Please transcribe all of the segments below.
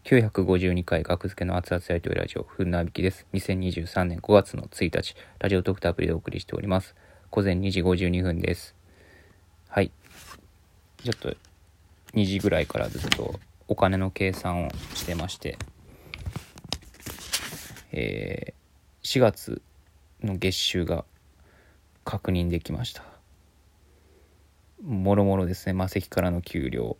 952回学付けの熱々やりとりラジオ、ふんなびきです。2023年5月の1日、ラジオトークとアプリでお送りしております。午前2時52分です。はい。ちょっと2時ぐらいからずっとお金の計算をしてまして、4月の月収が確認できました。もろもろですね。マセキからの給料、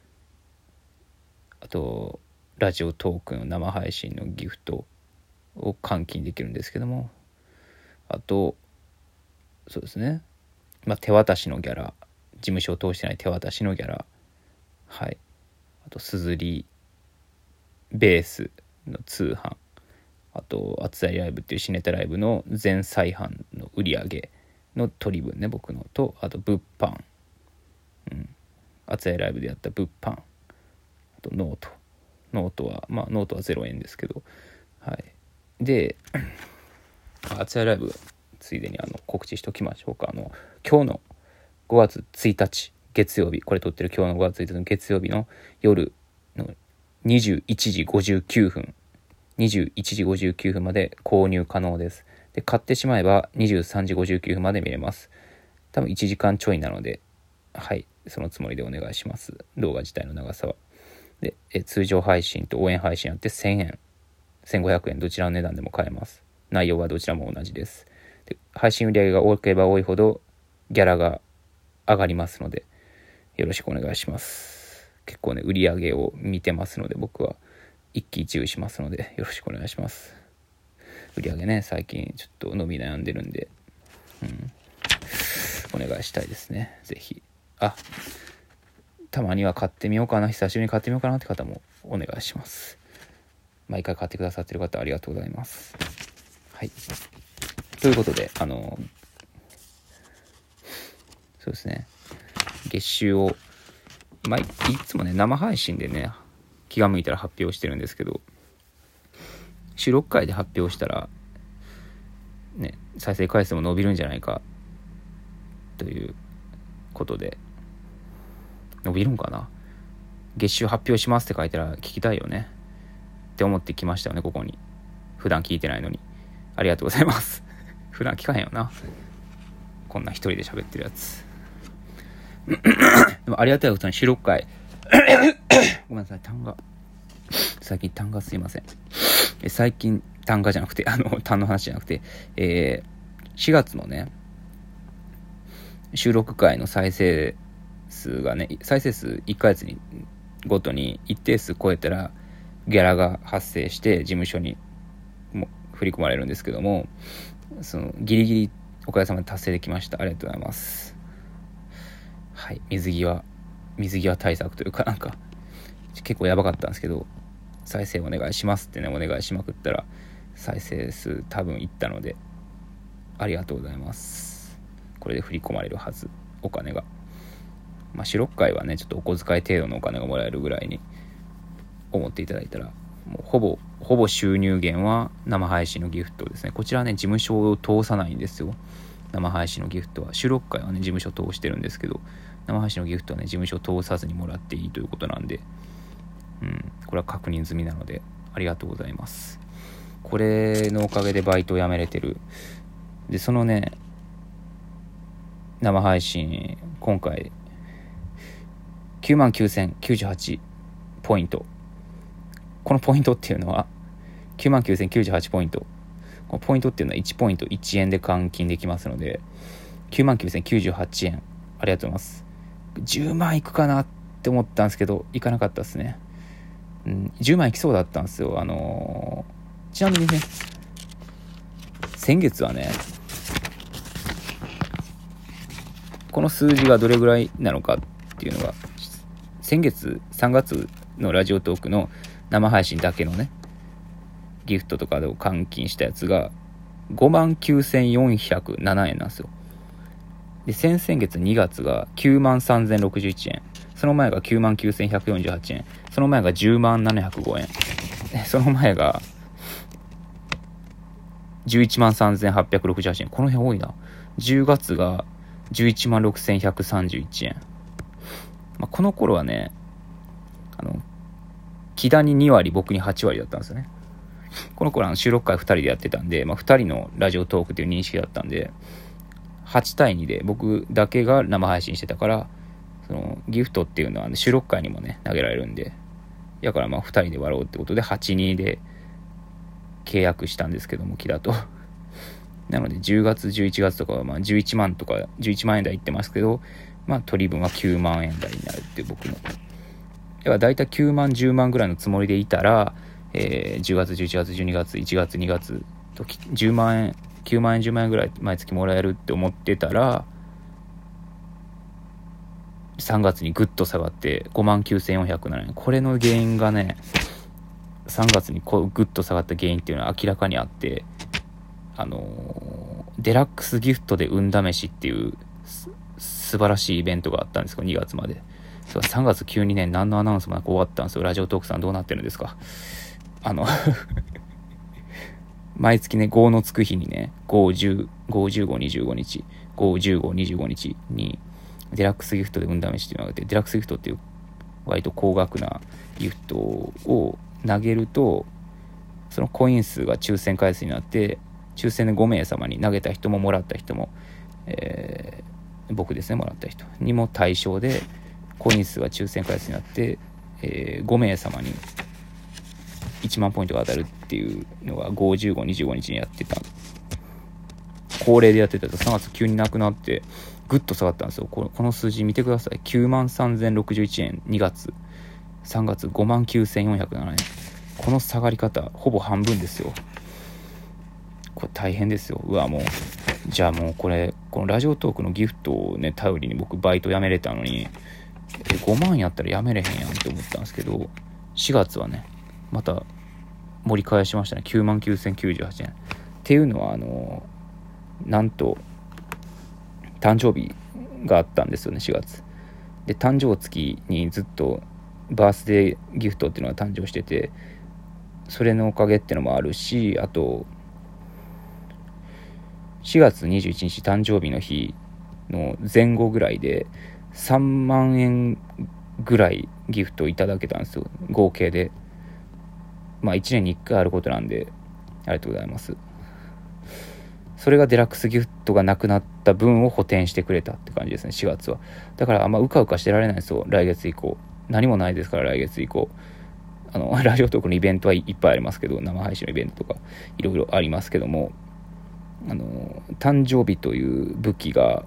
あとラジオトークの生配信のギフトを換金できるんですけども、あとそうですね、手渡しのギャラ、事務所を通してない手渡しのギャラ、はい、あとすずりベースの通販、あと熱いライブっていう新ネタライブの全再販の売り上げの取り分ね、僕のと、あと物販、熱いライブでやった物販、あとノートはノートは0円ですけど、はい。で、熱いライブついでに告知しておきましょうか。今日の5月1日月曜日、これ撮ってる今日の5月1日の月曜日の夜の21時59分まで購入可能です。で、買ってしまえば23時59分まで見れます。多分1時間ちょいなので、はい、そのつもりでお願いします。動画自体の長さは。で、通常配信と応援配信あって1000円、1500円、どちらの値段でも買えます。内容はどちらも同じです。で、配信売り上げが多ければ多いほどギャラが上がりますので、よろしくお願いします。結構ね、売り上げを見てますので、僕は一喜一憂しますので、よろしくお願いします。売り上げね、最近ちょっと伸び悩んでるんで、お願いしたいですね。ぜひ。たまには買ってみようかな、久しぶりに買ってみようかなって方もお願いします。毎回買ってくださってる方ありがとうございます。はい。ということで、そうですね、月収を、いつもね、生配信でね、気が向いたら発表してるんですけど、収録回で発表したら、ね、再生回数も伸びるんじゃないか、ということで、伸びるんかな。月収発表しますって書いたら聞きたいよねって思ってきましたよね、ここに。普段聞いてないのに。ありがとうございます。普段聞かへんよな、こんな一人で喋ってるやつ。でもありがたいことに収録回ごめんなさい、最近単価すいません。最近単価じゃなくて、単の話じゃなくて、4月のね、収録回の再生数がね、再生数1ヶ月にごとに一定数超えたらギャラが発生して事務所にも振り込まれるんですけども、そのギリギリおかげさまで達成できました。ありがとうございます。はい、水際対策というか、結構やばかったんですけど、再生お願いしますってね、お願いしまくったら再生数多分いったので、ありがとうございます。これで振り込まれるはず、お金が。四六回はね、ちょっとお小遣い程度のお金がもらえるぐらいに思っていただいたら、もうほぼ収入源は生配信のギフトですね。こちらはね、事務所を通さないんですよ。生配信のギフトは。収録回はね、事務所通してるんですけど、生配信のギフトはね、事務所通さずにもらっていいということなんで、これは確認済みなので、ありがとうございます。これのおかげでバイトを辞めれてる。で、そのね、生配信、今回、99,098ポイント。このポイントっていうのは、99,098ポイント。このポイントっていうのは1ポイント1円で換金できますので、99,098円。ありがとうございます。10万いくかなって思ったんですけど、いかなかったですね。10万いきそうだったんですよ。ちなみにね、先月はね、この数字がどれぐらいなのかっていうのが、先月3月のラジオトークの生配信だけのね、ギフトとかで換金したやつが 59,407 円なんですよ。で、先々月2月が 93,061 円、その前が 99,148 円、その前が 107,005 円、その前が 113,868 円。この辺多いな。10月が 116,131 円。この頃はね、 木田に2割僕に8割だったんですよね。この頃収録会2人でやってたんで、2人のラジオトークという認識だったんで、8対2で僕だけが生配信してたから、そのギフトっていうのは収録会にもね投げられるんで、だから2人で割ろうってことで8-2で契約したんですけども、木田となので10月11月とかは11万とか11万円台いってますけど、取り分は9万円台になるっていう、僕のだいたい9万10万ぐらいのつもりでいたら、10月11月12月1月2月と10万円9万円10万円ぐらい毎月もらえるって思ってたら、3月にぐっと下がって59,407円。これの原因がね、3月にぐっと下がった原因っていうのは明らかにあって、デラックスギフトで運試しっていう素晴らしいイベントがあったんですよ、2月まで。3月急にね、何のアナウンスもなく終わったんですよ。ラジオトークさんどうなってるんですか。毎月ね、5のつく日にね、5、10、5、15、25日、5、15、25日にデラックスギフトで運試しっていうのがあって、デラックスギフトっていう割と高額なギフトを投げると、そのコイン数が抽選回数になって、抽選で5名様に、投げた人ももらった人も、僕ですね、もらった人にも対象でコイン数が抽選回数になって、5名様に1万ポイントが当たるっていうのが5、15、25日にやってた、恒例でやってたと。3月急になくなってぐっと下がったんですよ。この数字見てください。93,061円2月、3月59,407円。この下がり方ほぼ半分ですよ。これ大変ですよ。もうじゃあもうこのラジオトークのギフトをね頼りに僕バイト辞めれたのに、5万やったら辞めれへんやんって思ったんですけど、4月はねまた盛り返しましたね。99,098円っていうのはなんと誕生日があったんですよね、4月で。誕生月にずっとバースデーギフトっていうのが誕生してて、それのおかげっていうのもあるし、あと4月21日誕生日の日の前後ぐらいで3万円ぐらいギフトいただけたんですよ、合計で。1年に1回あることなんでありがとうございます。それがデラックスギフトがなくなった分を補填してくれたって感じですね、4月は。だからうかうかしてられないですよ、来月以降。何もないですから、来月以降。ラジオトークのイベントはいっぱいありますけど、生配信のイベントとかいろいろありますけども、誕生日という武器が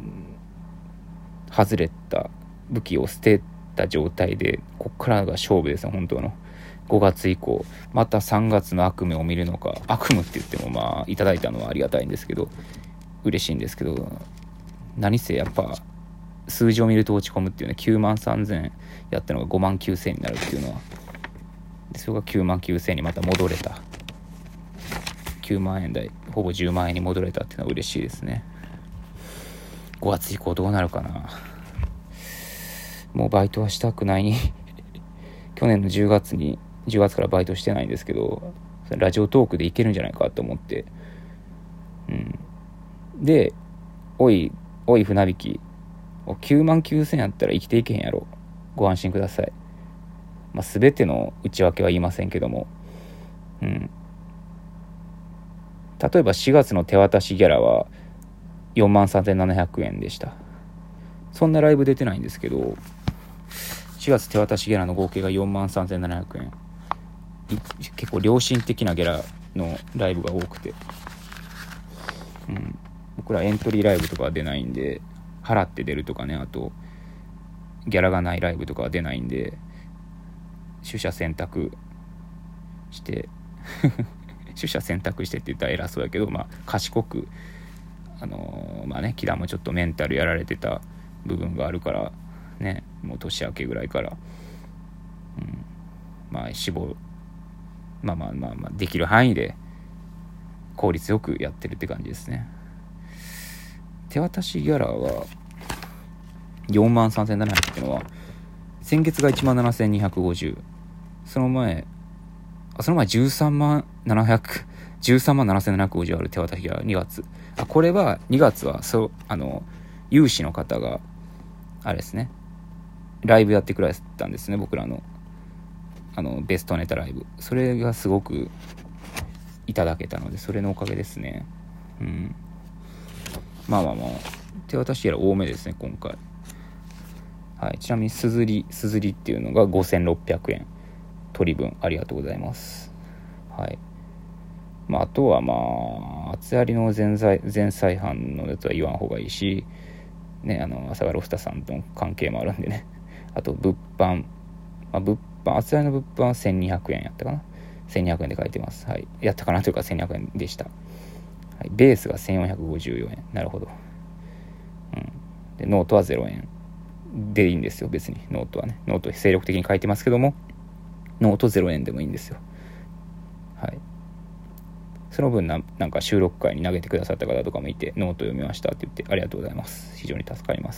外れた武器を捨てた状態で、こっからが勝負ですね、本当の。5月以降また3月の悪夢を見るのか。悪夢って言ってもいただいたのはありがたいんですけど、嬉しいんですけど、何せやっぱ数字を見ると落ち込むっていうね。93,000やったのが59,000になるっていうのは、それが99,000にまた戻れた、9万円台ほぼ10万円に戻れたっていうのは嬉しいですね。5月以降どうなるかな。もうバイトはしたくない去年の10月からバイトしてないんですけど、ラジオトークでいけるんじゃないかと思って、で、おい船引き、99,000やったら生きていけへんやろ、ご安心ください。全ての内訳は言いませんけども、例えば4月の手渡しギャラは43,700円でした。そんなライブ出てないんですけど、4月手渡しギャラの合計が43,700円。結構良心的なギャラのライブが多くて、僕らエントリーライブとかは出ないんで、払って出るとかね、あとギャラがないライブとかは出ないんで、取捨選択して取捨選択してって言ったら偉そうやけど、賢く木田もちょっとメンタルやられてた部分があるからね、もう年明けぐらいから、できる範囲で効率よくやってるって感じですね。手渡しギャラは43,700っていうのは、先月が17,250、その前13,750ある手渡しギャラ2月。これは2月は有志の方があれですね、ライブやってくれたんですね、僕らのベストネタライブ、それがすごくいただけたので、それのおかげですね。まあ手渡しやら多めですね今回。はい、ちなみにすずりっていうのが5600円、取り分ありがとうございます。はい。あとは厚やりの前菜飯のやつは言わん方がいいしね、阿佐ヶ谷ロフタさんとの関係もあるんでね。あと物販、厚やりの物販は1200円やったかな、1200円で書いてます。はい、やったかなというか1200円でした。はい、ベースが1454円。なるほど。でノートは0円でいいんですよ。別にノートはね、ノート精力的に書いてますけども、ノート0円でもいいんですよ。はい。その分なんか収録会に投げてくださった方とかもいて、ノート読みましたって言ってありがとうございます。非常に助かります。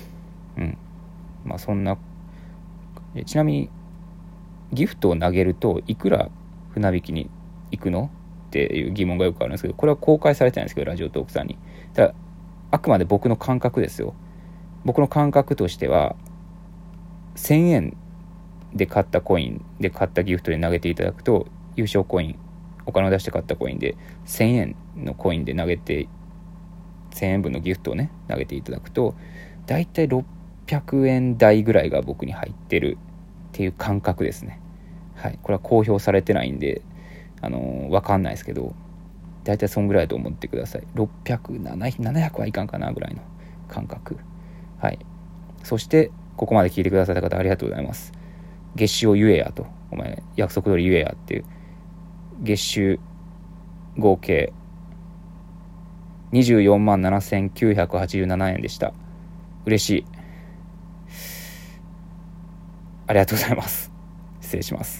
そんな。ちなみにギフトを投げるといくら船引きに行くのっていう疑問がよくあるんですけど、これは公開されてないんですけど、ラジオトークさんに。だからあくまで僕の感覚ですよ。僕の感覚としては1000円で買ったコインで買ったギフトで投げていただくと、優勝コイン、お金を出して買ったコインで1000円のコインで投げて、1000円分のギフトをね投げていただくと、だいたい600円台ぐらいが僕に入ってるっていう感覚ですね。はい、これは公表されてないんで分かんないですけど、だいたいそんぐらいだと思ってください。600、700はいかんかなぐらいの感覚。はい。そしてここまで聞いてくださった方ありがとうございます。月収を言えやと、お前約束通り言えやっていう。月収合計24万7987円でした。嬉しい。ありがとうございます。失礼します。